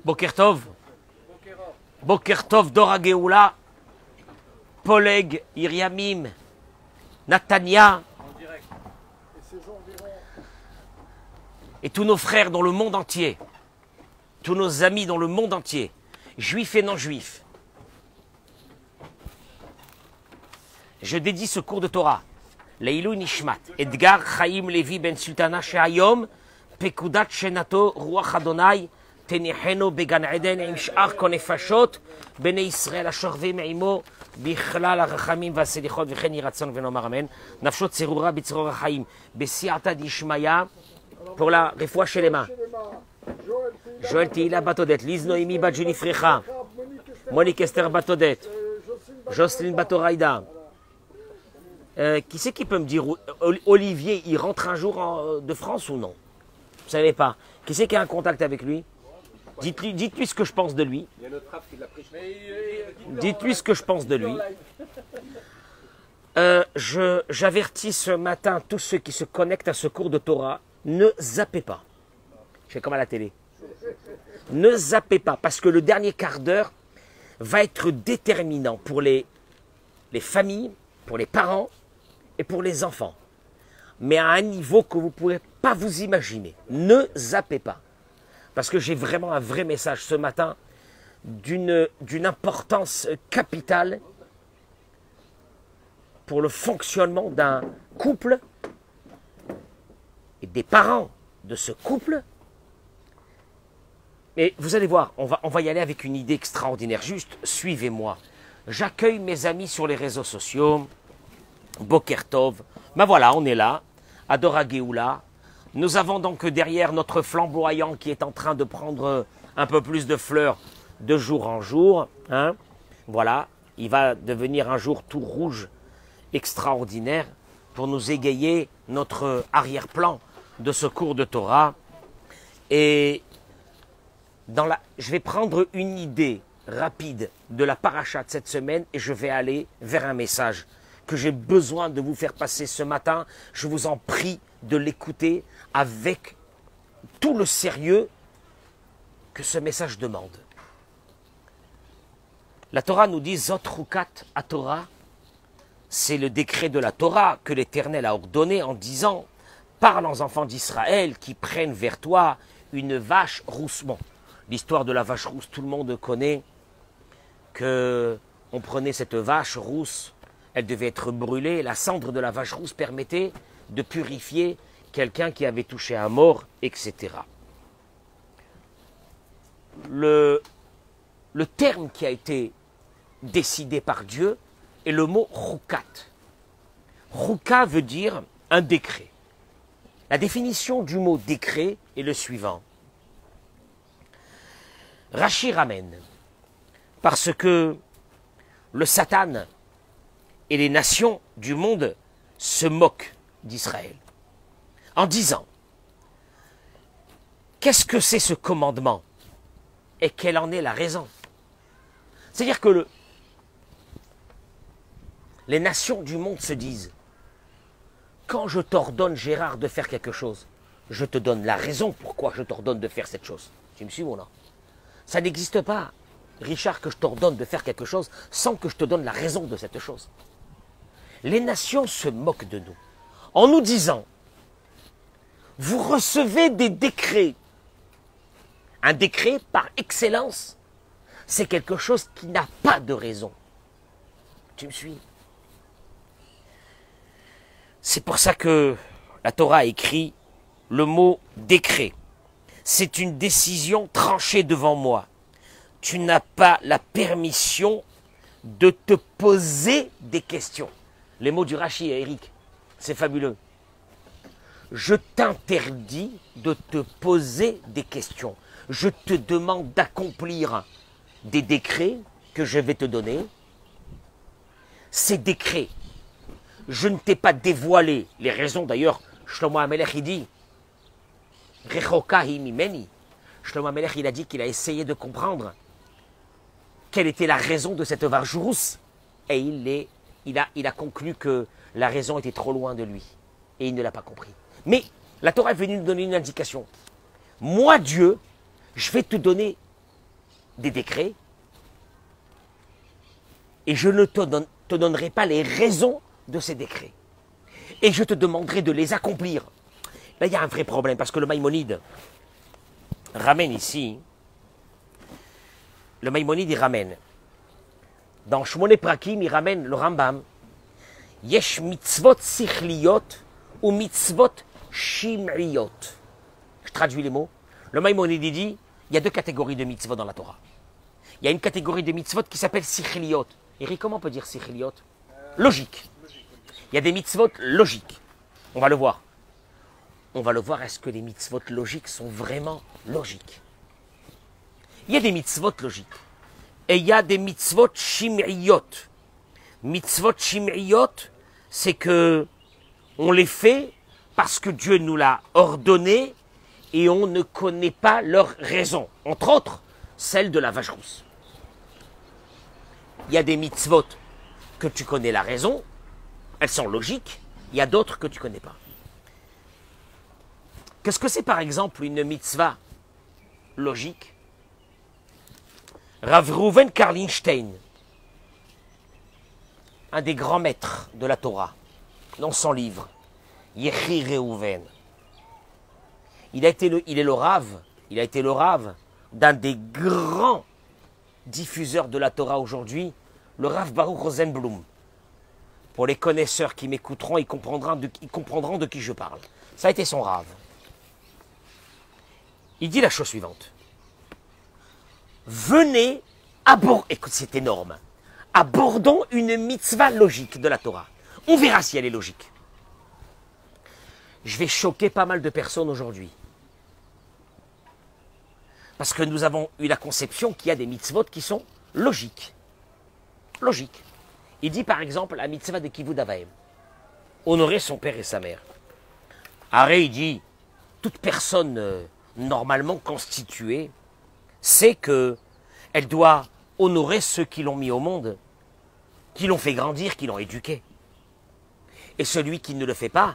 Boker Tov. Boker Tov Dora Geoula. Poleg, Iriamim, Natania. Et tous nos frères dans le monde entier. Tous nos amis dans le monde entier. Juifs et non juifs. Je dédie ce cours de Torah. Leilou Nishmat. Edgar Chaim Levi Ben Sultana Sheayom. Pekudat Shenato Ruach Adonai. Teniheno Began Eden Im Sh'ar Konefashot. Bene Israël Ashorvim Imo. Bichlal Arachamim Vaselichot Vechen Yiratzon Venomar Amen. Nafshot Serura Bitzror Chaim. Besiata Dishmaya. Pour la refoua chez les mains. Joël Tihila Batodet. Liz Noémie Badjuni Frecha. Monique Esther Batodet. Jocelyne Batoraïda. Qui c'est qui peut me dire, Olivier, il rentre un jour de France ou non? Vous savez pas. Qui c'est qui a un contact avec lui? Dites-lui ce que je pense de lui. Dites-lui ce que je pense de lui. J'avertis ce matin tous ceux qui se connectent à ce cours de Torah, ne zappez pas. Je fais comme à la télé. Ne zappez pas, parce que le dernier quart d'heure va être déterminant pour les familles, pour les parents et pour les enfants. Mais à un niveau que vous ne pouvez pas vous imaginer. Ne zappez pas. Parce que j'ai vraiment un vrai message ce matin d'une importance capitale pour le fonctionnement d'un couple et des parents de ce couple. Mais vous allez voir, on va y aller avec une idée extraordinaire. Juste, suivez-moi. J'accueille mes amis sur les réseaux sociaux. Boker Tov. Ben voilà, on est là. Adora Geoula. Nous avons donc derrière notre flamboyant qui est en train de prendre un peu plus de fleurs de jour en jour. Hein. Voilà, il va devenir un jour tout rouge, extraordinaire, pour nous égayer notre arrière-plan de ce cours de Torah. Et je vais prendre une idée rapide de la paracha de cette semaine et je vais aller vers un message que j'ai besoin de vous faire passer ce matin. Je vous en prie de l'écouter avec tout le sérieux que ce message demande. La Torah nous dit Zot Rukat à Torah, c'est le décret de la Torah que l'Éternel a ordonné en disant parle aux enfants d'Israël qui prennent vers toi une vache rousse. Bon, l'histoire de la vache rousse, tout le monde connaît que on prenait cette vache rousse, elle devait être brûlée, la cendre de la vache rousse permettait de purifier quelqu'un qui avait touché un mort, etc. Le terme qui a été décidé par Dieu est le mot Rukat. Ruka veut dire un décret. La définition du mot décret est le suivant. Rashi ramène, parce que le Satan et les nations du monde se moquent d'Israël en disant qu'est-ce que c'est ce commandement et quelle en est la raison. C'est-à-dire que les nations du monde se disent quand je t'ordonne, Gérard, de faire quelque chose, je te donne la raison pourquoi je t'ordonne de faire cette chose. Tu me suis ou non? Ça n'existe pas, Richard, que je t'ordonne de faire quelque chose sans que je te donne la raison de cette chose. Les nations se moquent de nous en nous disant vous recevez des décrets. Un décret, par excellence, c'est quelque chose qui n'a pas de raison. Tu me suis? C'est pour ça que la Torah a écrit le mot décret. C'est une décision tranchée devant moi. Tu n'as pas la permission de te poser des questions. Les mots du Rashi, Eric, c'est fabuleux. Je t'interdis de te poser des questions. Je te demande d'accomplir des décrets que je vais te donner. Ces décrets, je ne t'ai pas dévoilé les raisons. D'ailleurs, Shlomo HaMelech, il dit Rechoka hi mimeni. Shlomo HaMelech, il a dit qu'il a essayé de comprendre quelle était la raison de cette vache rousse. Et il a conclu que la raison était trop loin de lui. Et il ne l'a pas compris. Mais la Torah est venue nous donner une indication. Moi, Dieu, je vais te donner des décrets et je ne te donnerai pas les raisons de ces décrets. Et je te demanderai de les accomplir. Là, il y a un vrai problème parce que le Maïmonide ramène ici, le Maïmonide, il ramène. Dans Shmoné Prakim, il ramène le Rambam. Yesh mitzvot sichliyot ou mitzvot shimriyot. Je traduis les mots. Le Maïmonide dit, il y a deux catégories de mitzvot dans la Torah. Il y a une catégorie de mitzvot qui s'appelle sichliyot. Eric, comment on peut dire sichliyot? Logique. Il y a des mitzvot logiques. On va le voir. On va le voir, est-ce que les mitzvot logiques sont vraiment logiques? Il y a des mitzvot logiques. Et il y a des mitzvot shimriyot. Mitzvot shimriyot, c'est que on les fait parce que Dieu nous l'a ordonné et on ne connaît pas leurs raisons. Entre autres, celle de la vache rousse. Il y a des mitzvot que tu connais la raison, elles sont logiques. Il y a d'autres que tu ne connais pas. Qu'est-ce que c'est par exemple une mitzvah logique? Rav Reuven Karlinstein, un des grands maîtres de la Torah, dans son livre, Yechi Reuven. Il a été le Rav d'un des grands diffuseurs de la Torah aujourd'hui, le Rav Baruch Rosenblum. Pour les connaisseurs qui m'écouteront, ils comprendront de qui je parle. Ça a été son Rav. Il dit la chose suivante. Venez, écoute, c'est énorme. Abordons une mitzvah logique de la Torah. On verra si elle est logique. Je vais choquer pas mal de personnes aujourd'hui. Parce que nous avons eu la conception qu'il y a des mitzvot qui sont logiques. Logiques. Il dit par exemple la mitzvah de Kivud Avaim. Honorer son père et sa mère. Arrête, il dit, toute personne normalement constituée sait qu'elle doit honorer ceux qui l'ont mis au monde, qui l'ont fait grandir, qui l'ont éduqué. Et celui qui ne le fait pas,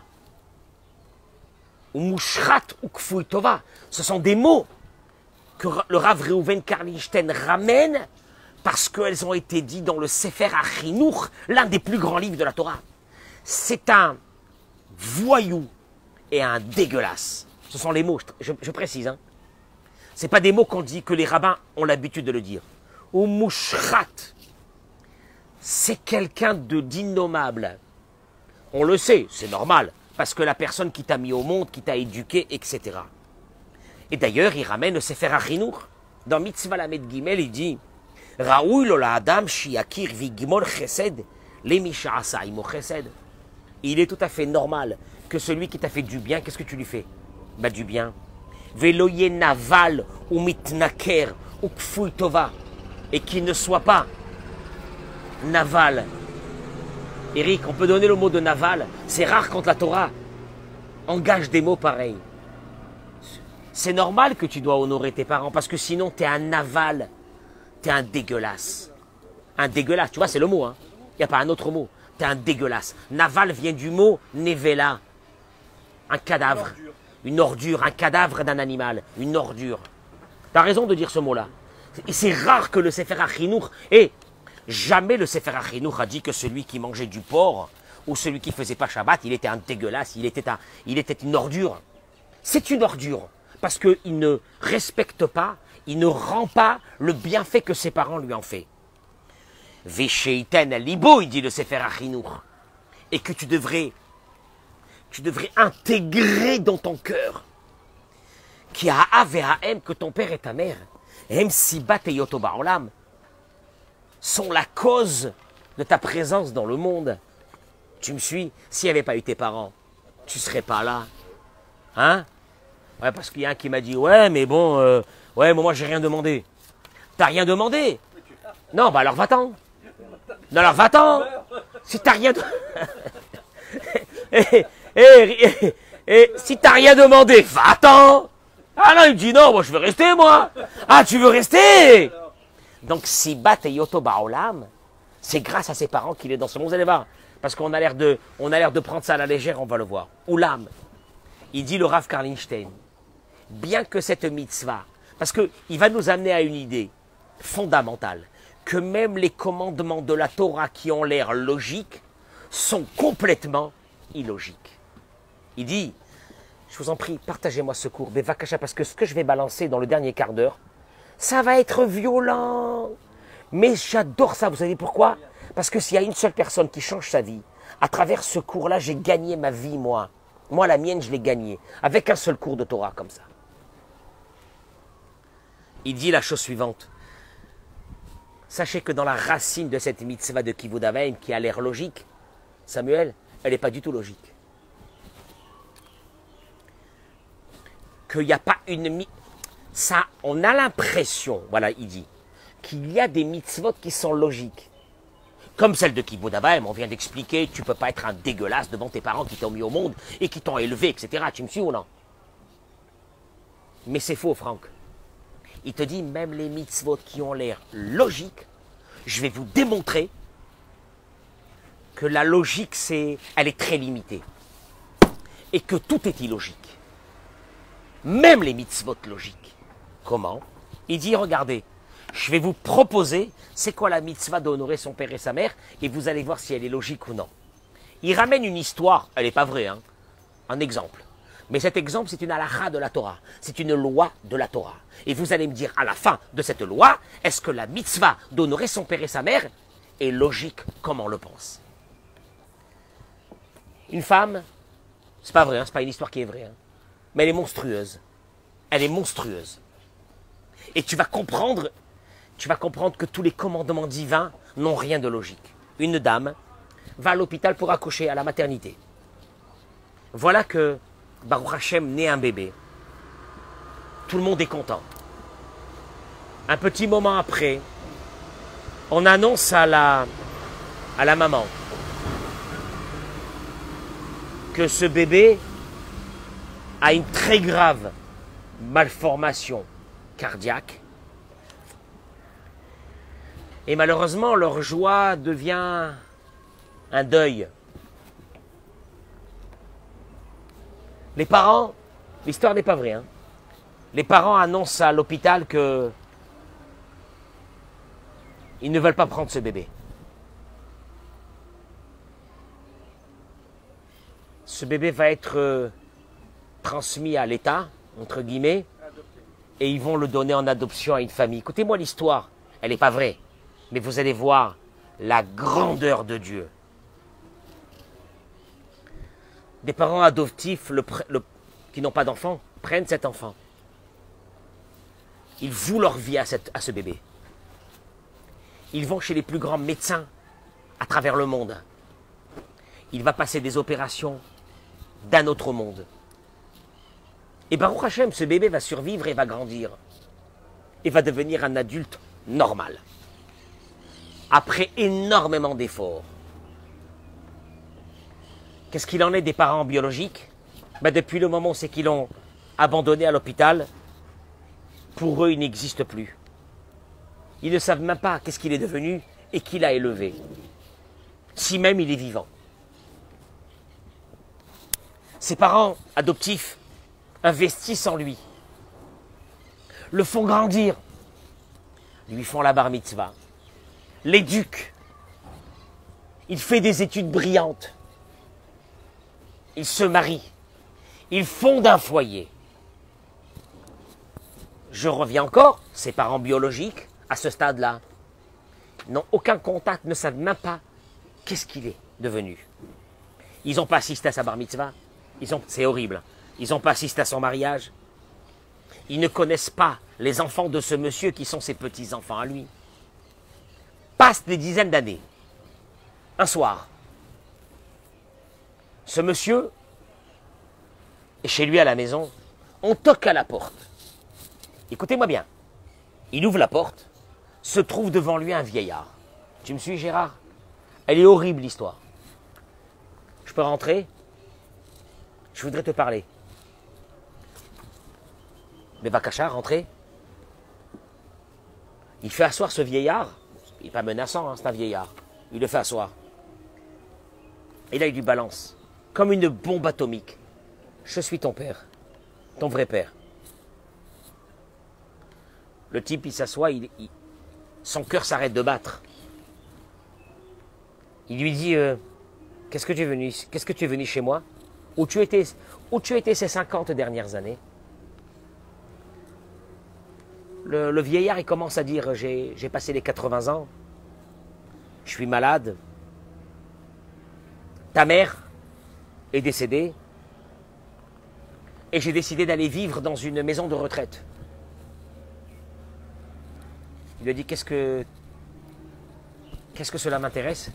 ou mushrat ou kfui tova, ce sont des mots que le Rav Reuven Karlinstein ramène parce qu'elles ont été dites dans le Sefer HaChinuch, l'un des plus grands livres de la Torah. C'est un voyou et un dégueulasse. Ce sont les mots, je précise. Hein. Ce n'est pas des mots qu'on dit, que les rabbins ont l'habitude de le dire. Ou mushrat, c'est quelqu'un d'innommable. On le sait, c'est normal, parce que la personne qui t'a mis au monde, qui t'a éduqué, etc. Et d'ailleurs, il ramène le Sefer HaChinuch. Dans Mitzvah Lamed Gimel, il dit Raoui lo la Adam shiakir vigimol chesed le misha'asa imo chesed. Il est tout à fait normal que celui qui t'a fait du bien, qu'est-ce que tu lui fais? Bah, du bien. Veloye naval ou mitnaker ou kfui tova. Et qu'il ne soit pas naval. Eric, on peut donner le mot de naval. C'est rare quand la Torah engage des mots pareils. C'est normal que tu dois honorer tes parents parce que sinon tu es un naval, tu es un dégueulasse. Un dégueulasse, tu vois, c'est le mot. Il n'y a pas un autre mot. Tu es un dégueulasse. Naval vient du mot nevela, un cadavre, une ordure, un cadavre d'un animal, une ordure. Tu as raison de dire ce mot-là. Et c'est rare que le Sefer HaChinuch, et jamais le Sefer HaChinuch a dit que celui qui mangeait du porc ou celui qui ne faisait pas Shabbat, il était un dégueulasse, il était une ordure. C'est une ordure. Parce qu'il ne respecte pas, il ne rend pas le bienfait que ses parents lui ont fait. Vesheiten libo, il dit le Sefer HaChinuch. Et que tu devrais intégrer dans ton cœur qui a AVAM, que ton père et ta mère, Hem Sibat et Yoto Ba'olam, sont la cause de ta présence dans le monde. Tu me suis? S'il n'y avait pas eu tes parents, tu ne serais pas là. Hein? Ouais, parce qu'il y a un qui m'a dit, ouais, mais bon, ouais, mais moi, j'ai rien demandé. T'as rien demandé? Non, bah alors va-t'en. Non, alors va-t'en. Si t'as rien si t'as rien demandé, va-t'en. Ah non, il me dit, non, moi, je veux rester, moi. Ah, tu veux rester? Donc, Sibat et Yoto Ba'olam, c'est grâce à ses parents qu'il est dans ce monde. Vous allez voir, parce qu'on a l'air de prendre ça à la légère, on va le voir. Oulam, il dit le Rav Karlinstein, bien que cette mitzvah, parce qu'il va nous amener à une idée, fondamentale, que même les commandements de la Torah qui ont l'air logiques sont complètement illogiques. Il dit, je vous en prie, partagez-moi ce cours, Bevakasha, parce que ce que je vais balancer dans le dernier quart d'heure, ça va être violent. Mais j'adore ça, vous savez pourquoi? Parce que s'il y a une seule personne qui change sa vie, à travers ce cours-là, j'ai gagné ma vie, moi. Moi, la mienne, je l'ai gagnée, avec un seul cours de Torah comme ça. Il dit la chose suivante. Sachez que dans la racine de cette mitzvah de Kivud Avaim, qui a l'air logique, Samuel, elle n'est pas du tout logique. Qu'il n'y a pas une... Ça, on a l'impression, voilà, il dit, qu'il y a des mitzvot qui sont logiques. Comme celle de Kivud Avaim, on vient d'expliquer, tu ne peux pas être un dégueulasse devant tes parents qui t'ont mis au monde et qui t'ont élevé, etc. Tu me suis ou non? Mais c'est faux, Franck. Il te dit, même les mitzvot qui ont l'air logiques, je vais vous démontrer que la logique, elle est très limitée. Et que tout est illogique. Même les mitzvot logiques. Comment? Il dit, regardez, je vais vous proposer, c'est quoi la mitzvah d'honorer son père et sa mère, et vous allez voir si elle est logique ou non. Il ramène une histoire, elle n'est pas vraie, hein, un exemple. Mais cet exemple, c'est une halakha de la Torah. C'est une loi de la Torah. Et vous allez me dire, à la fin de cette loi, est-ce que la mitzvah d'honorer son père et sa mère est logique comme on le pense? Une femme, c'est pas vrai, hein, c'est pas une histoire qui est vraie, hein, mais elle est monstrueuse. Elle est monstrueuse. Et tu vas comprendre que tous les commandements divins n'ont rien de logique. Une dame va à l'hôpital pour accoucher à la maternité. Voilà que Baruch Hashem naît un bébé. Tout le monde est content. Un petit moment après, on annonce à la maman que ce bébé a une très grave malformation cardiaque. Et malheureusement, leur joie devient un deuil. Les parents, l'histoire n'est pas vraie, hein. Les parents annoncent à l'hôpital que ils ne veulent pas prendre ce bébé. Ce bébé va être transmis à l'État, entre guillemets, et ils vont le donner en adoption à une famille. Écoutez-moi l'histoire, elle n'est pas vraie, mais vous allez voir la grandeur de Dieu. Des parents adoptifs qui n'ont pas d'enfant prennent cet enfant. Ils vouent leur vie à ce bébé. Ils vont chez les plus grands médecins à travers le monde. Il va passer des opérations d'un autre monde. Et Baruch Hashem, ce bébé va survivre et va grandir. Et va devenir un adulte normal. Après énormément d'efforts. Qu'est-ce qu'il en est des parents biologiques? Depuis le moment où c'est qu'ils l'ont abandonné à l'hôpital, pour eux, il n'existe plus. Ils ne savent même pas qu'est-ce qu'il est devenu et qui l'a élevé. Si même il est vivant. Ses parents adoptifs investissent en lui, le font grandir, lui font la bar mitzvah, l'éduquent, il fait des études brillantes, il se marie, il fonde un foyer. Je reviens encore, ses parents biologiques, à ce stade-là, n'ont aucun contact, ne savent même pas qu'est-ce qu'il est devenu. Ils n'ont pas assisté à sa bar mitzvah, c'est horrible. Ils n'ont pas assisté à son mariage. Ils ne connaissent pas les enfants de ce monsieur qui sont ses petits-enfants à lui. Passent des dizaines d'années. Un soir, ce monsieur est chez lui à la maison. On toque à la porte. Écoutez-moi bien. Il ouvre la porte. Se trouve devant lui un vieillard. Tu me suis, Gérard? Elle est horrible, l'histoire. Je peux rentrer? Je voudrais te parler. Mais Bakacha, rentrez. Il fait asseoir ce vieillard. Il n'est pas menaçant, hein, c'est un vieillard. Il le fait asseoir. Et là, il lui balance, comme une bombe atomique. Je suis ton père, ton vrai père. Le type, il s'assoit, il son cœur s'arrête de battre. Il lui dit, qu'est-ce que tu es venu chez moi? Où tu étais ces 50 dernières années? Le vieillard, il commence à dire, j'ai passé les 80 ans, je suis malade, ta mère est décédée, et j'ai décidé d'aller vivre dans une maison de retraite. Il lui a dit, qu'est-ce que cela m'intéresse?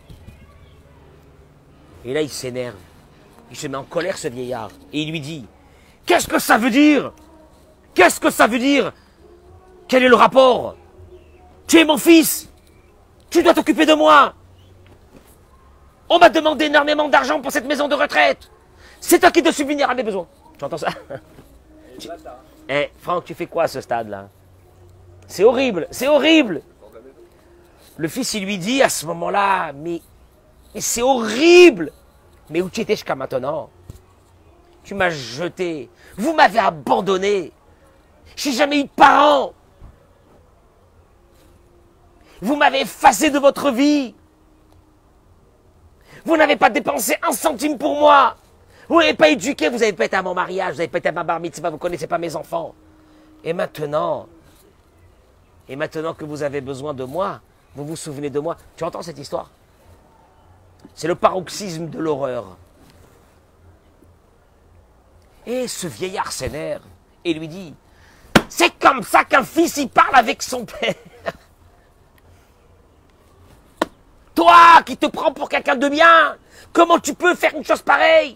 Et là, il s'énerve. Il se met en colère, ce vieillard. Et il lui dit, qu'est-ce que ça veut dire? Qu'est-ce que ça veut dire? Quel est le rapport? Tu es mon fils. Tu dois t'occuper de moi. On m'a demandé énormément d'argent pour cette maison de retraite. C'est toi qui dois subvenir à mes besoins. Tu entends ça? Franck, tu fais quoi à ce stade-là? C'est horrible, c'est horrible. Le fils, il lui dit à ce moment-là, mais c'est horrible. Mais où tu étais jusqu'à maintenant? Tu m'as jeté. Vous m'avez abandonné. J'ai jamais eu de parents. Vous m'avez effacé de votre vie. Vous n'avez pas dépensé un centime pour moi. Vous n'avez pas éduqué, vous n'avez pas été à mon mariage, vous n'avez pas été à ma bar mitzvah, vous ne connaissez pas mes enfants. Et maintenant que vous avez besoin de moi, vous vous souvenez de moi. Tu entends cette histoire? C'est le paroxysme de l'horreur. Et ce vieillard s'énerve et lui dit, c'est comme ça qu'un fils y parle avec son père. Toi qui te prends pour quelqu'un de bien, comment tu peux faire une chose pareille?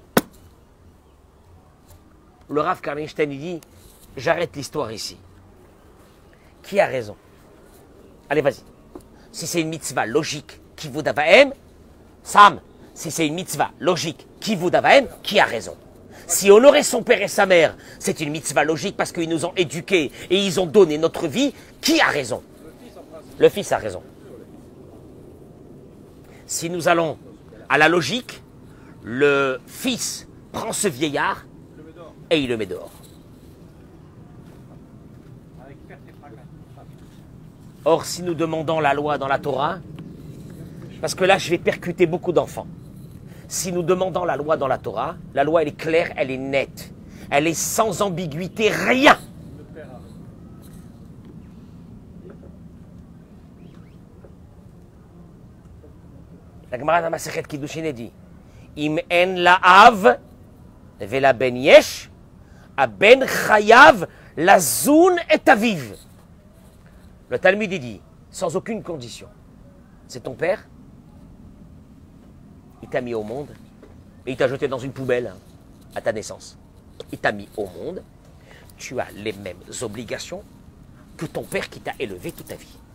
Le Rav Karleinstein, il dit, j'arrête l'histoire ici. Qui a raison? Allez, vas-y. Si c'est une mitzvah logique, qui vous d'avahem, Sam, si c'est une mitzvah logique, qui vous d'avahem, qui a raison? Si honorer son père et sa mère, c'est une mitzvah logique parce qu'ils nous ont éduqués et ils ont donné notre vie, qui a raison? Le fils a raison. Si nous allons à la logique, le fils prend ce vieillard et il le met dehors. Or, si nous demandons la loi dans la Torah, parce que là, je vais percuter beaucoup d'enfants. Si nous demandons la loi dans la Torah, la loi, elle est claire, elle est nette. Elle est sans ambiguïté, rien. La Gemara dans Masechet Kiddushin dit, Im en la'av vela ben yesh, a ben chayav la zoun et aviv. Le Talmud dit, sans aucune condition, c'est ton père, il t'a mis au monde, et il t'a jeté dans une poubelle à ta naissance. Il t'a mis au monde, tu as les mêmes obligations que ton père qui t'a élevé toute ta vie.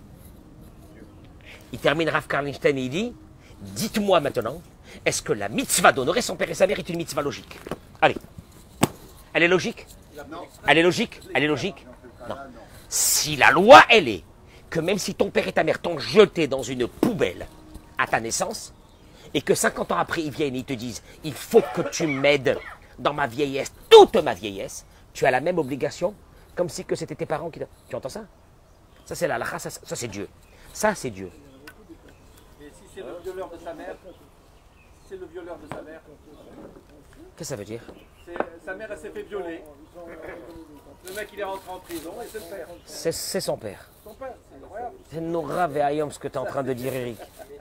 Il termine Rav Karleinstein et il dit, dites-moi maintenant, est-ce que la mitzvah d'honorer son père et sa mère est une mitzvah logique? Allez. Elle est logique? Elle est logique? Elle est logique? Non. Si la loi, elle est que même si ton père et ta mère t'ont jeté dans une poubelle à ta naissance, et que 50 ans après, ils viennent et ils te disent, il faut que tu m'aides dans ma vieillesse, toute ma vieillesse, tu as la même obligation, comme si que c'était tes parents qui... Tu entends ça? Ça, c'est la halakha, ça c'est Dieu. Ça, c'est Dieu. Et si c'est le violeur de sa mère, c'est le violeur de sa mère. Qu'est-ce que ça veut dire? Sa mère, elle s'est fait violer. Le mec, il est rentré en prison et c'est le père. C'est son père. Son père, c'est incroyable. C'est Nora Ve'ayom ce que tu es en train de dire, Eric.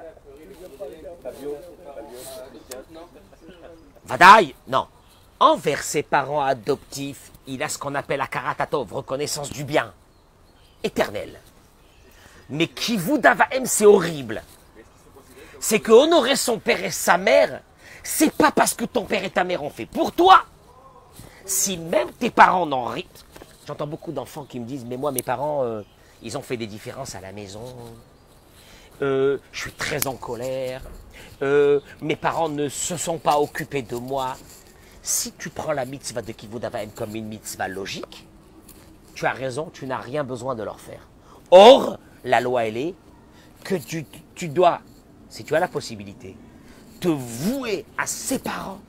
Vadaï, non. Envers ses parents adoptifs, il a ce qu'on appelle Akaratatov, reconnaissance du bien, éternel. Mais Kivud Avahem, c'est horrible. C'est que honorer son père et sa mère, c'est pas parce que ton père et ta mère ont fait pour toi. Si même tes parents n'en rient. J'entends beaucoup d'enfants qui me disent, mais moi, mes parents, ils ont fait des différences à la maison. Je suis très en colère. Mes parents ne se sont pas occupés de moi. Si tu prends la mitzvah de Kivud Avahem comme une mitzvah logique, tu as raison, tu n'as rien besoin de leur faire. Or, la loi, elle est que tu dois, si tu as la possibilité, te vouer à ses parents.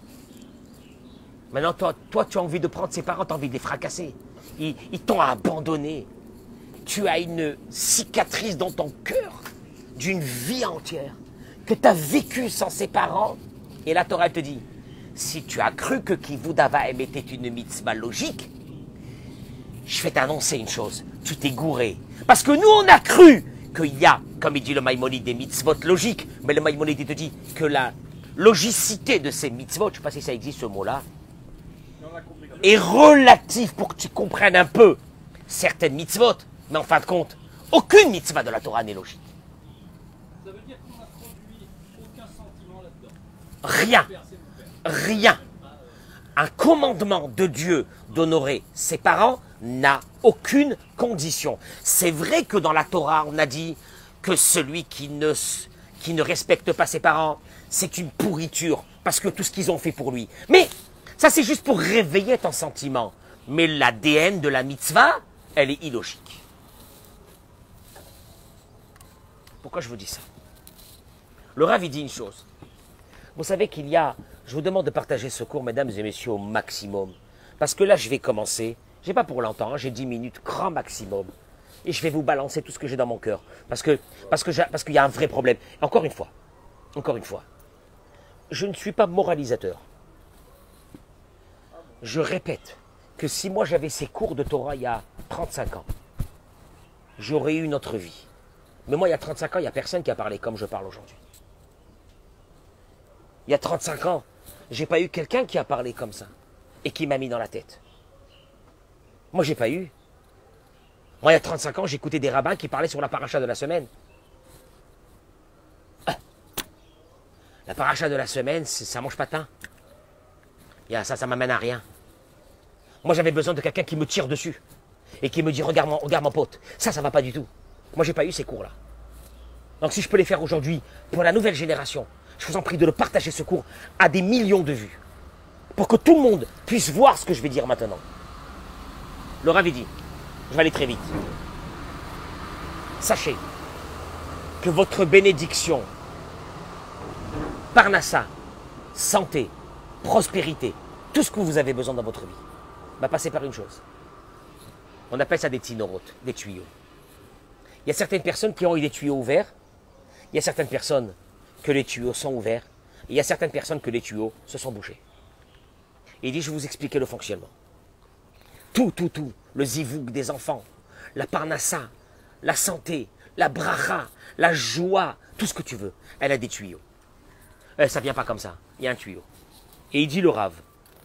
Maintenant, toi, tu as envie de prendre ses parents, tu as envie de les fracasser. Ils t'ont abandonné. tu as une cicatrice dans ton cœur d'une vie entière que tu as vécue sans ses parents. Et la Torah te dit, si tu as cru que Kivud Avaim était une mitzvah logique, je vais t'annoncer une chose, tu t'es gouré. Parce que nous, on a cru qu'il y a, comme il dit le Maïmonide, des mitzvot logiques, mais le Maïmonide te dit que la logicité de ces mitzvot, je ne sais pas si ça existe ce mot-là, est relative pour que tu comprennes un peu certaines mitzvot, mais en fin de compte, aucune mitzvah de la Torah n'est logique. Ça veut dire qu'on n'introduit aucun sentiment là-dedans. Rien. Rien. Un commandement de Dieu d'honorer ses parents n'a aucune condition. C'est vrai que dans la Torah, on a dit que celui qui ne respecte pas ses parents, c'est une pourriture, parce que tout ce qu'ils ont fait pour lui. Mais ça, c'est juste pour réveiller ton sentiment. Mais l'ADN de la mitzvah, elle est illogique. Pourquoi je vous dis ça? Le Rav, il dit une chose. Vous savez qu'il y a... Je vous demande de partager ce cours, mesdames et messieurs, au maximum. Parce que là, je vais commencer. Je n'ai pas pour longtemps, hein, j'ai 10 minutes, grand maximum. Et je vais vous balancer tout ce que j'ai dans mon cœur. Parce qu'il y a un vrai problème. Encore une fois, je ne suis pas moralisateur. Je répète que si moi j'avais ces cours de Torah il y a 35 ans, j'aurais eu une autre vie. Mais moi, il y a 35 ans, il n'y a personne qui a parlé comme je parle aujourd'hui. Il y a 35 ans, j'ai pas eu quelqu'un qui a parlé comme ça et qui m'a mis dans la tête. Moi, j'ai pas eu. Moi, il y a 35 ans, j'écoutais des rabbins qui parlaient sur la paracha de la semaine. Ah. La paracha de la semaine, ça mange pas de pain. Ça m'amène à rien. Moi, j'avais besoin de quelqu'un qui me tire dessus et qui me dit, regarde mon pote. Ça va pas du tout. Moi, j'ai pas eu ces cours-là. Donc, si je peux les faire aujourd'hui pour la nouvelle génération, je vous en prie de le partager ce cours à des millions de vues pour que tout le monde puisse voir ce que je vais dire maintenant. Le Rav dit, je vais aller très vite. Sachez que votre bénédiction, parnassa, santé, prospérité, tout ce que vous avez besoin dans votre vie, va passer par une chose. On appelle ça des tinorotes, des tuyaux. Il y a certaines personnes qui ont eu des tuyaux ouverts, il y a certaines personnes que les tuyaux sont ouverts, et il y a certaines personnes que les tuyaux se sont bouchés. Et il dit, je vais vous expliquer le fonctionnement. Tout, le zivouk des enfants, la parnassa, la santé, la bracha, la joie, tout ce que tu veux, elle a des tuyaux. Ça ne vient pas comme ça, il y a un tuyau. Et il dit le Rav,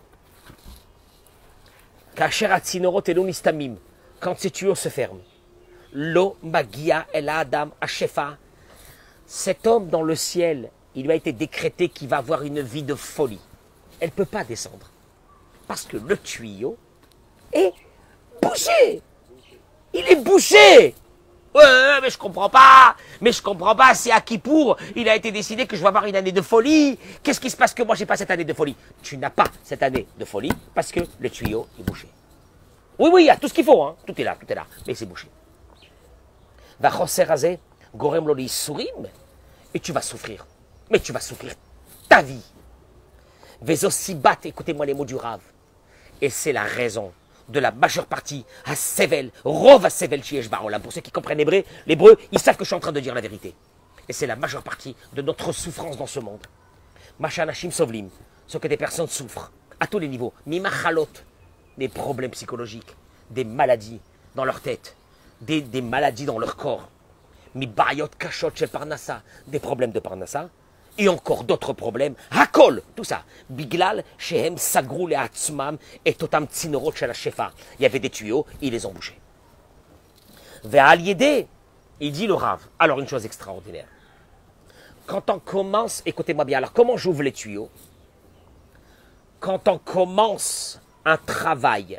quand ces tuyaux se ferment, lo magia el adam ashefa, cet homme dans le ciel, il lui a été décrété qu'il va avoir une vie de folie. Elle ne peut pas descendre. Parce que le tuyau est bouché. Il est bouché. Ouais, mais je comprends pas. C'est à Kippour, il a été décidé que je vais avoir une année de folie. Qu'est-ce qui se passe que moi, j'ai pas cette année de folie? Tu n'as pas cette année de folie parce que le tuyau est bouché. Oui, il y a tout ce qu'il faut. Hein. Tout est là. Mais c'est bouché. Va choser gorem loli sourim. Et tu vas souffrir. Mais tu vas souffrir ta vie. Vezosibat, écoutez-moi les mots du Rav. Et c'est la raison de la majeure partie à Sevel, Rov à Sevel Chiesh Barolam. Pour ceux qui comprennent l'hébreu, ils savent que je suis en train de dire la vérité. Et c'est la majeure partie de notre souffrance dans ce monde. Machanashim Sovlim, ce que des personnes souffrent, à tous les niveaux. Mimachalot, des problèmes psychologiques, des maladies dans leur tête, des maladies dans leur corps. Mibayot Kashot chez Parnassa, des problèmes de Parnassa. Et encore d'autres problèmes. Hakol, tout ça. Biglal, Shehem, Sagrou, les Atzmam, et Totam Tzinorot, chez la Shefa. Il y avait des tuyaux, ils les ont bouchés. Ve'al Yedé, il dit le Rav. Alors, une chose extraordinaire. Quand on commence, écoutez-moi bien, alors comment j'ouvre les tuyaux? Quand on commence un travail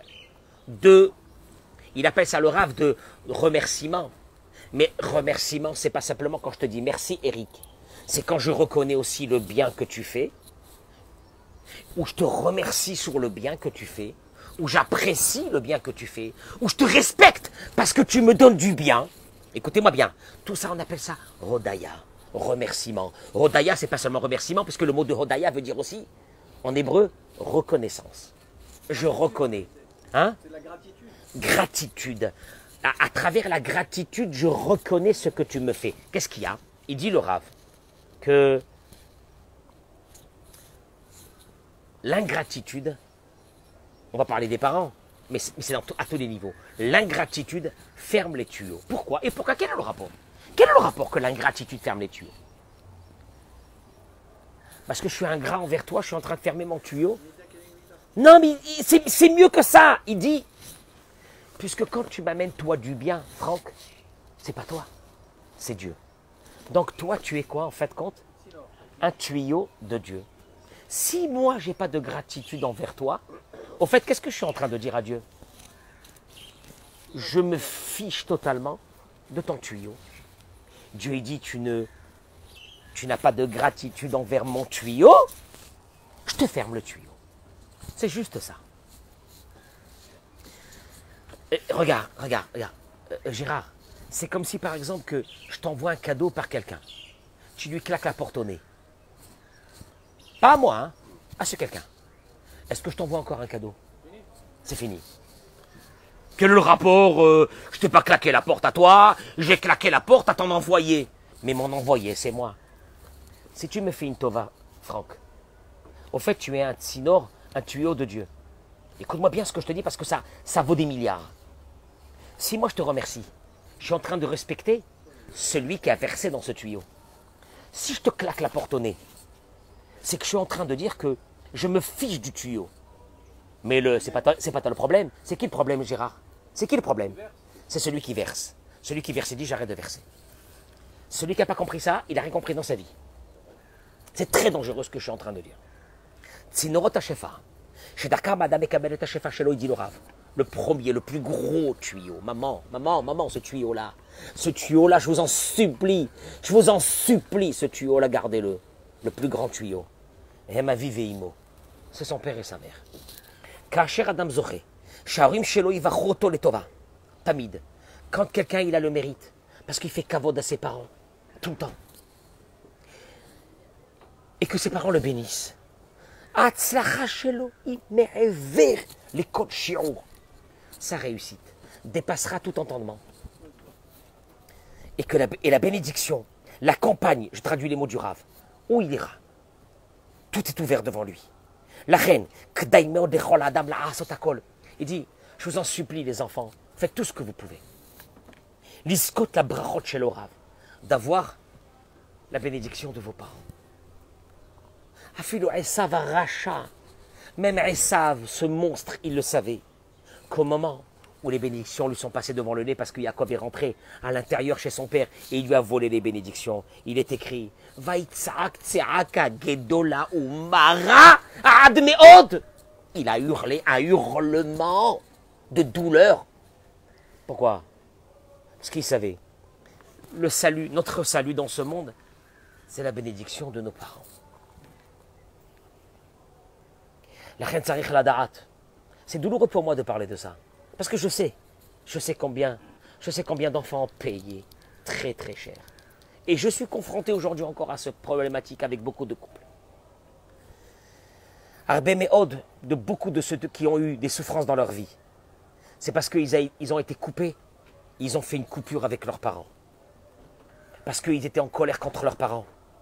il appelle ça le Rav de remerciement. Mais remerciement, c'est pas simplement quand je te dis merci, Eric. C'est quand je reconnais aussi le bien que tu fais, où je te remercie sur le bien que tu fais, où j'apprécie le bien que tu fais, où je te respecte parce que tu me donnes du bien. Écoutez-moi bien, tout ça on appelle ça Rodaya, remerciement. Rodaya, c'est pas seulement remerciement, parce que le mot de Rodaya veut dire aussi, en hébreu, reconnaissance. Je reconnais. Hein? C'est la gratitude. Gratitude. À travers la gratitude, je reconnais ce que tu me fais. Qu'est-ce qu'il y a? Il dit le Rav que l'ingratitude, on va parler des parents, mais c'est à tous les niveaux. L'ingratitude ferme les tuyaux. Pourquoi? Et pourquoi? Quel est le rapport? Quel est le rapport que l'ingratitude ferme les tuyaux? Parce que je suis ingrat envers toi, je suis en train de fermer mon tuyau. Non, mais c'est mieux que ça. Il dit, puisque quand tu m'amènes toi du bien, Franck, c'est pas toi, c'est Dieu. Donc toi, tu es quoi en fait compte? Un tuyau de Dieu. Si moi, j'ai pas de gratitude envers toi, au fait, qu'est-ce que je suis en train de dire à Dieu? Je me fiche totalement de ton tuyau. Dieu il dit, tu n'as pas de gratitude envers mon tuyau, je te ferme le tuyau. C'est juste ça. Et regarde, Gérard, c'est comme si par exemple que je t'envoie un cadeau par quelqu'un. Tu lui claques la porte au nez. Pas à moi, hein, à ce quelqu'un. Est-ce que je t'envoie encore un cadeau? C'est fini. Quel est le rapport? Je t'ai pas claqué la porte à toi, j'ai claqué la porte à ton envoyé. Mais mon envoyé, c'est moi. Si tu me fais une tova, Franck, au fait, tu es un tsinor, un tuyau de Dieu. Écoute-moi bien ce que je te dis parce que ça vaut des milliards. Si moi je te remercie, je suis en train de respecter celui qui a versé dans ce tuyau. Si je te claque la porte au nez, c'est que je suis en train de dire que je me fiche du tuyau. Mais c'est pas toi le problème. C'est qui le problème, Gérard? C'est qui le problème? C'est celui qui verse. Celui qui verse, il dit j'arrête de verser. Celui qui n'a pas compris ça, il n'a rien compris dans sa vie. C'est très dangereux ce que je suis en train de dire. Tzinorot HaShefa. Chez Dakar, Madame Ekabelet HaShefa Shelo, il dit le Rav. Le premier, le plus gros tuyau. Maman, ce tuyau-là. Ce tuyau-là, je vous en supplie. Je vous en supplie, ce tuyau-là, gardez-le. Le plus grand tuyau. Et ma vie veimo. C'est son père et sa mère. Kacher Adam Zoché. Sharim Shelo Ivachoto Letova. Tamid. Quand quelqu'un il a le mérite, parce qu'il fait kavod à ses parents, tout le temps. Et que ses parents le bénissent. Atzlacha Shelo Ime'ever les codes shi'ur. Sa réussite dépassera tout entendement. Et la bénédiction l'accompagne, je traduis les mots du Rav, où il ira. Tout est ouvert devant lui. La reine, il dit, je vous en supplie les enfants, faites tout ce que vous pouvez. L'iskot la brachot chez l'Orav, d'avoir la bénédiction de vos parents. Afilo Esav Racha, même Esav, ce monstre, il le savait, qu'au moment où les bénédictions lui sont passées devant le nez parce que Jacob est rentré à l'intérieur chez son père et il lui a volé les bénédictions. Il est écrit Vaïtsaak tseaka gedola umara admeod. Il a hurlé un hurlement de douleur. Pourquoi? Parce qu'il savait, le salut, notre salut dans ce monde, c'est la bénédiction de nos parents. La reine Tsarich Ladaat. C'est douloureux pour moi de parler de ça. Parce que je sais combien d'enfants ont payé très très cher. Et je suis confronté aujourd'hui encore à cette problématique avec beaucoup de couples. Arbe Meod, de beaucoup de ceux qui ont eu des souffrances dans leur vie, c'est parce qu'ils ont été coupés, ils ont fait une coupure avec leurs parents. Parce qu'ils étaient en colère contre leurs parents.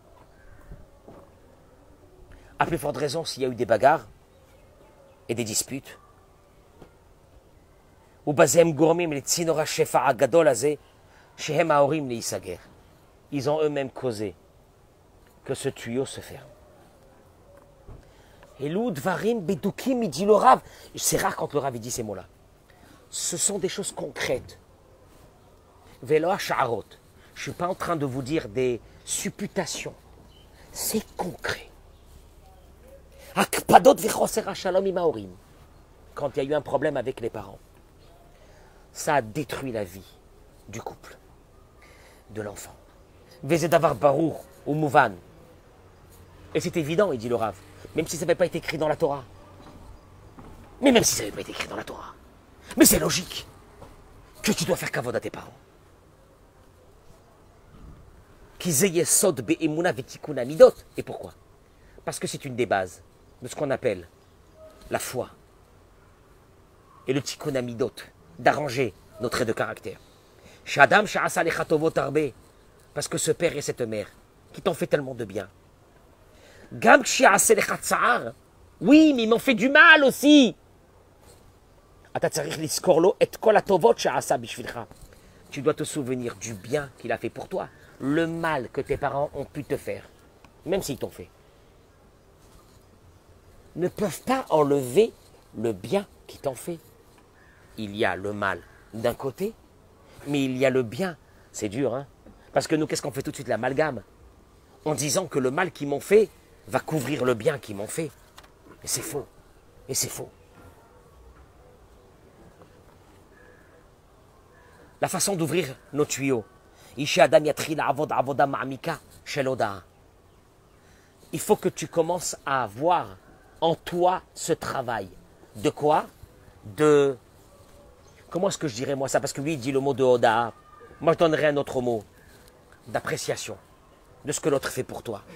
À plus forte raison, s'il y a eu des bagarres et des disputes, ils ont eux-mêmes causé que ce tuyau se ferme. Et l'oudvarim bedoukim, il dit le Rav. C'est rare quand le Rav dit ces mots-là. Ce sont des choses concrètes. Velo ha'sharot. Je ne suis pas en train de vous dire des supputations. C'est concret. Akpadot v'choser ha'shalom imaorim. Quand il y a eu un problème avec les parents, ça a détruit la vie du couple, de l'enfant. Vezedavar barour ou mouvan. Et c'est évident, il dit le Rav, même si ça n'avait pas été écrit dans la Torah. Mais même si ça n'avait pas été écrit dans la Torah. Mais c'est logique que tu dois faire kavod à tes parents. Et pourquoi? Parce que c'est une des bases de ce qu'on appelle la foi. Et le tikkun hamidot, d'arranger nos traits de caractère. Shadam sha'asa lecha tovot harbe, parce que ce père et cette mère qui t'ont fait tellement de bien. Gam sha'asa lecha tsa'ar, oui, mais ils m'ont fait du mal aussi. Ata tzarich lizkor lo et kol hatovot sha'asa bishvilcha. Tu dois te souvenir du bien qu'il a fait pour toi, le mal que tes parents ont pu te faire, même s'ils t'ont fait. Ne peuvent pas enlever le bien qu'ils t'ont fait. Il y a le mal d'un côté, mais il y a le bien. C'est dur, hein? Parce que nous, qu'est-ce qu'on fait tout de suite? L'amalgame. En disant que le mal qu'ils m'ont fait va couvrir le bien qu'ils m'ont fait. Et c'est faux. Et c'est faux. La façon d'ouvrir nos tuyaux. Il faut que tu commences à avoir en toi ce travail. De quoi? De... Comment est-ce que je dirais moi ça? Parce que lui il dit le mot de Oda. Moi je donnerais un autre mot. D'appréciation. De ce que l'autre fait pour toi.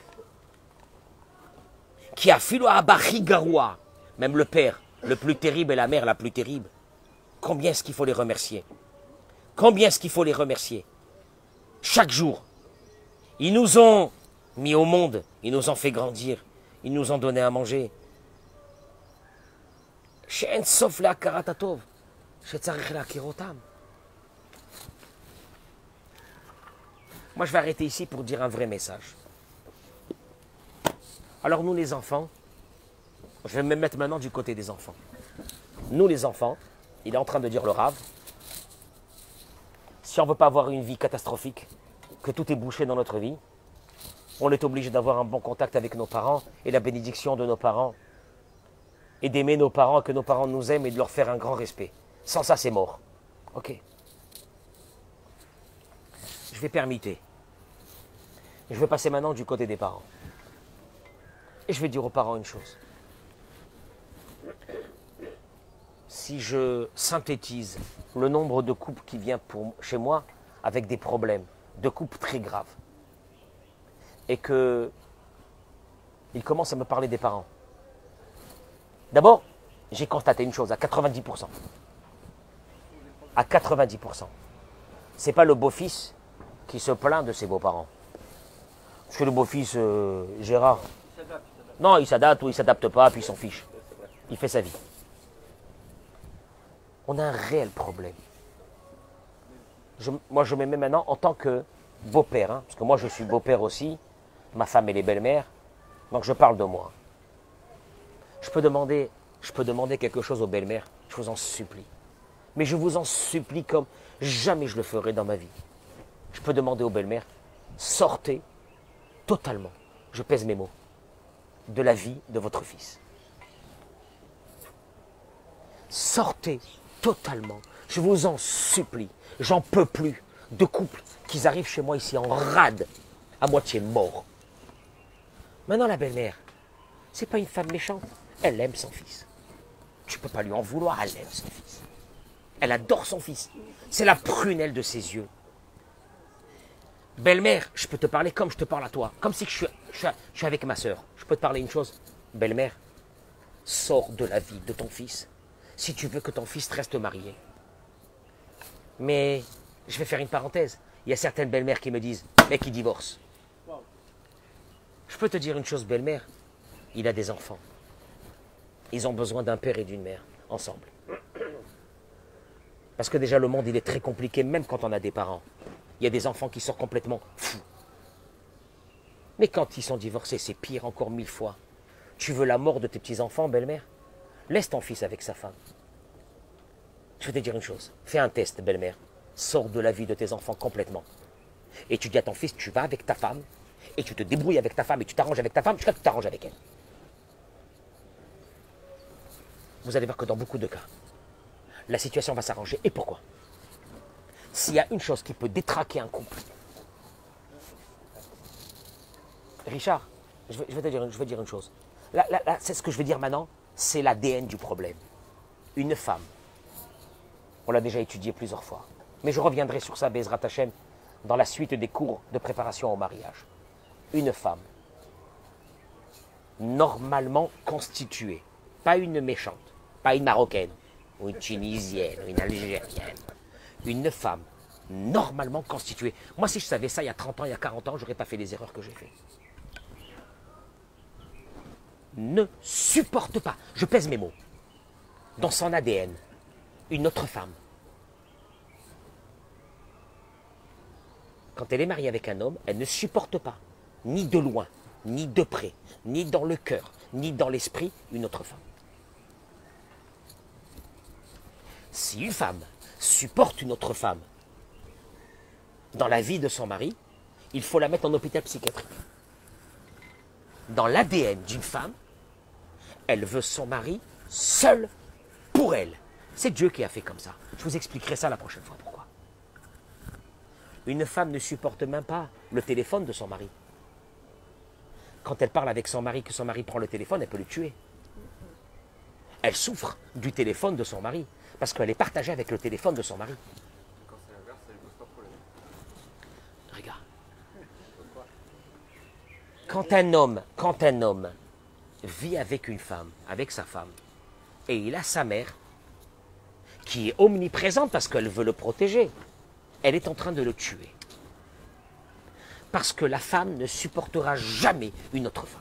Qui a filo abachi garoua. Même le père le plus terrible et la mère la plus terrible. Combien est-ce qu'il faut les remercier? Combien est-ce qu'il faut les remercier? Chaque jour. Ils nous ont mis au monde. Ils nous ont fait grandir. Ils nous ont donné à manger. She'en sof le'akarat hatov. She'tzarich le'akir otam. Moi, je vais arrêter ici pour dire un vrai message. Alors, nous, les enfants, je vais me mettre maintenant du côté des enfants. Nous, les enfants, il est en train de dire le Rav, si on ne veut pas avoir une vie catastrophique, que tout est bouché dans notre vie, on est obligé d'avoir un bon contact avec nos parents et la bénédiction de nos parents. Et d'aimer nos parents, que nos parents nous aiment et de leur faire un grand respect. Sans ça, c'est mort. Ok. Je vais permiter. Je vais passer maintenant du côté des parents. Et je vais dire aux parents une chose. Si je synthétise le nombre de couples qui viennent chez moi avec des problèmes, de couples très graves, et qu'ils commencent à me parler des parents. D'abord, j'ai constaté une chose, à 90%. À 90%. Ce n'est pas le beau-fils qui se plaint de ses beaux-parents. Parce que le beau-fils, Gérard, non, il s'adapte ou il ne s'adapte pas, puis il s'en fiche. Il fait sa vie. On a un réel problème. Moi, je me mets maintenant en tant que beau-père, hein, parce que moi, je suis beau-père aussi. Ma femme, elle est belle-mère. Donc, je parle de moi. Je peux demander quelque chose aux belles-mères, je vous en supplie. Mais je vous en supplie comme jamais je le ferai dans ma vie. Je peux demander aux belles-mères, sortez totalement, je pèse mes mots, de la vie de votre fils. Sortez totalement, je vous en supplie. J'en peux plus de couples qui arrivent chez moi ici en rade, à moitié morts. Maintenant, la belle-mère, c'est pas une femme méchante. Elle aime son fils. Tu ne peux pas lui en vouloir, elle aime son fils. Elle adore son fils. C'est la prunelle de ses yeux. Belle-mère, je peux te parler comme je te parle à toi. Comme si je suis avec ma soeur. Je peux te parler une chose. Belle-mère, sors de la vie de ton fils si tu veux que ton fils reste marié. Mais je vais faire une parenthèse. Il y a certaines belles-mères qui me disent, mais qui divorcent. Je peux te dire une chose, belle-mère. Il a des enfants. Ils ont besoin d'un père et d'une mère, ensemble. Parce que déjà, le monde, il est très compliqué, même quand on a des parents. Il y a des enfants qui sont complètement fous. Mais quand ils sont divorcés, c'est pire encore 1000 fois. Tu veux la mort de tes petits-enfants, belle-mère? Laisse ton fils avec sa femme. Je vais te dire une chose. Fais un test, belle-mère. Sors de la vie de tes enfants complètement. Et tu dis à ton fils, tu vas avec ta femme, et tu te débrouilles avec ta femme, et tu t'arranges avec ta femme, jusqu'à ce que tu t'arranges avec elle. Vous allez voir que dans beaucoup de cas, la situation va s'arranger. Et pourquoi? S'il y a une chose qui peut détraquer un couple, Richard, je vais dire une chose. Là, c'est ce que je vais dire maintenant, c'est l'ADN du problème. Une femme, on l'a déjà étudié plusieurs fois, mais je reviendrai sur ça, Bezrat Hashem, dans la suite des cours de préparation au mariage. Une femme, normalement constituée, pas une méchante, pas une Marocaine, ou une Tunisienne, ou une Algérienne, Une femme normalement constituée. Moi, si je savais ça il y a 30 ans, il y a 40 ans, je n'aurais pas fait les erreurs que j'ai faites. Ne supporte pas, je pèse mes mots, dans son ADN, une autre femme. Quand elle est mariée avec un homme, elle ne supporte pas, ni de loin, ni de près, ni dans le cœur, ni dans l'esprit, une autre femme. Si une femme supporte une autre femme dans la vie de son mari, il faut la mettre en hôpital psychiatrique. Dans l'ADN d'une femme, elle veut son mari seul pour elle. C'est Dieu qui a fait comme ça. Je vous expliquerai ça la prochaine fois pourquoi. Une femme ne supporte même pas le téléphone de son mari. Quand elle parle avec son mari, que son mari prend le téléphone, elle peut le tuer. Elle souffre du téléphone de son mari, parce qu'elle est partagée avec le téléphone de son mari. Quand c'est l'inverse, elle ne pose pas de problème. Regarde. Quand un homme vit avec une femme, avec sa femme, et il a sa mère, qui est omniprésente parce qu'elle veut le protéger, elle est en train de le tuer. Parce que la femme ne supportera jamais une autre femme.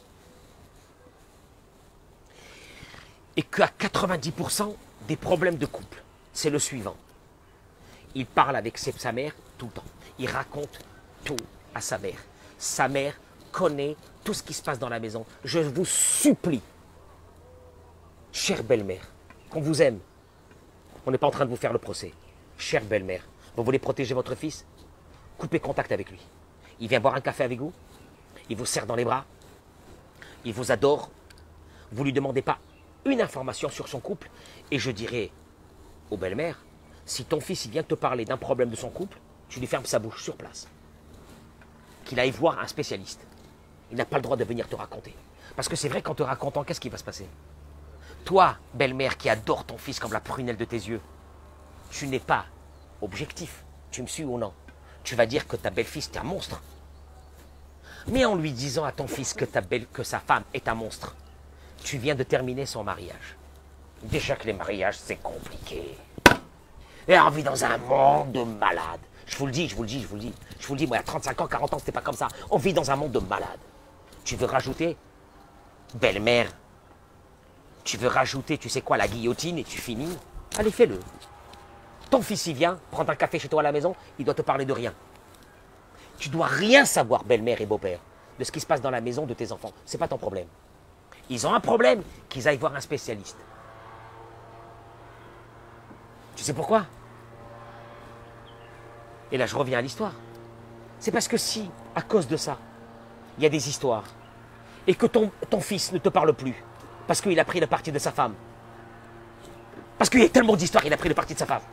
Et qu'à 90% des problèmes de couple, c'est le suivant. Il parle avec sa mère tout le temps. Il raconte tout à sa mère. Sa mère connaît tout ce qui se passe dans la maison. Je vous supplie, chère belle-mère, qu'on vous aime. On n'est pas en train de vous faire le procès. Chère belle-mère, vous voulez protéger votre fils? Coupez contact avec lui. Il vient boire un café avec vous. Il vous serre dans les bras. Il vous adore. Vous ne lui demandez pas une information sur son couple. Et je dirais aux belles-mères, si ton fils il vient te parler d'un problème de son couple, tu lui fermes sa bouche sur place. Qu'il aille voir un spécialiste. Il n'a pas le droit de venir te raconter. Parce que c'est vrai qu'en te racontant, qu'est-ce qui va se passer? Toi, belle-mère qui adore ton fils comme la prunelle de tes yeux, tu n'es pas objectif. Tu me suis ou non? Tu vas dire que ta belle-fille est un monstre. Mais en lui disant à ton fils que sa femme est un monstre, tu viens de terminer son mariage. Déjà que les mariages, c'est compliqué. Et on vit dans un monde de malades. Je vous le dis, moi, il y a 35 ans, 40 ans, c'était pas comme ça. On vit dans un monde de malades. Tu veux rajouter, belle-mère, tu veux rajouter, tu sais quoi, la guillotine et tu finis? Allez, fais-le. Ton fils, il vient prendre un café chez toi à la maison, il doit te parler de rien. Tu dois rien savoir, belle-mère et beau-père, de ce qui se passe dans la maison de tes enfants. C'est pas ton problème. Ils ont un problème, qu'ils aillent voir un spécialiste. Tu sais pourquoi? Et là, je reviens à l'histoire. C'est parce que si, à cause de ça, il y a des histoires, et que ton fils ne te parle plus, parce qu'il a pris le parti de sa femme, parce qu'il y a tellement d'histoires, il a pris le parti de sa femme,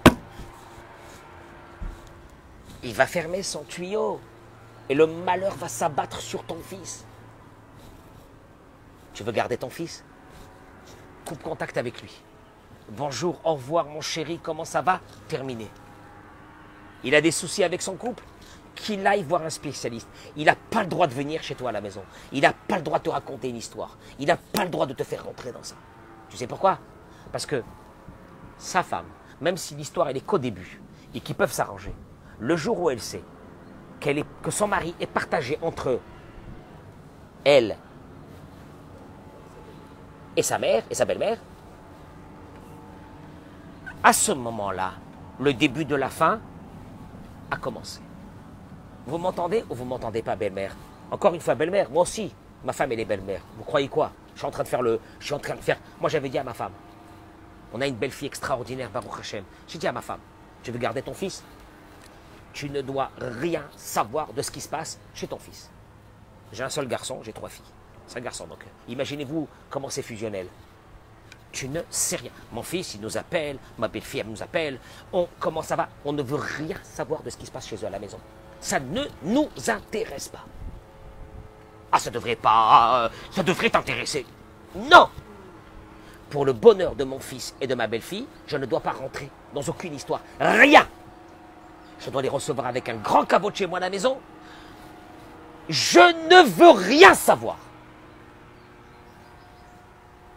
il va fermer son tuyau, et le malheur va s'abattre sur ton fils. Tu veux garder ton fils? Coupe contact avec lui. Bonjour, au revoir mon chéri, comment ça va? Terminé. Il a des soucis avec son couple? Qu'il aille voir un spécialiste. Il n'a pas le droit de venir chez toi à la maison. Il n'a pas le droit de te raconter une histoire. Il n'a pas le droit de te faire rentrer dans ça. Tu sais pourquoi? Parce que sa femme, même si l'histoire elle est qu'au début, et qu'ils peuvent s'arranger, le jour où elle sait que son mari est partagé entre elle et sa mère et sa belle-mère, à ce moment-là, le début de la fin a commencé. Vous m'entendez ou vous m'entendez pas, belle-mère? Encore une fois, belle-mère, moi aussi, ma femme elle est belle-mère. Vous croyez quoi? Je suis en train de faire Moi j'avais dit à ma femme, on a une belle fille extraordinaire, Baruch Hashem. J'ai dit à ma femme, tu veux garder ton fils? Tu ne dois rien savoir de ce qui se passe chez ton fils. J'ai un seul garçon, j'ai 3 filles. 5 garçons, donc imaginez-vous comment c'est fusionnel. Tu ne sais rien. Mon fils, il nous appelle, ma belle-fille, elle nous appelle. Comment ça va? On ne veut rien savoir de ce qui se passe chez eux à la maison. Ça ne nous intéresse pas. Ah, ça devrait t'intéresser. Non! Pour le bonheur de mon fils et de ma belle-fille, je ne dois pas rentrer dans aucune histoire. Rien! Je dois les recevoir avec un grand caveau chez moi à la maison. Je ne veux rien savoir.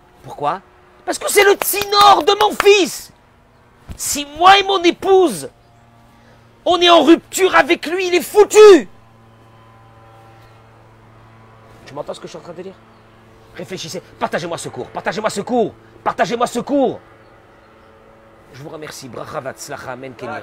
Pourquoi? Parce que c'est le tsinor de mon fils. Si moi et mon épouse, On est en rupture avec lui, il est foutu. Tu m'entends ce que je suis en train de dire? Réfléchissez, partagez-moi ce cours, partagez-moi ce cours, partagez-moi ce cours. Je vous remercie. Bracha, Vatzlacha, Amen, Kenya.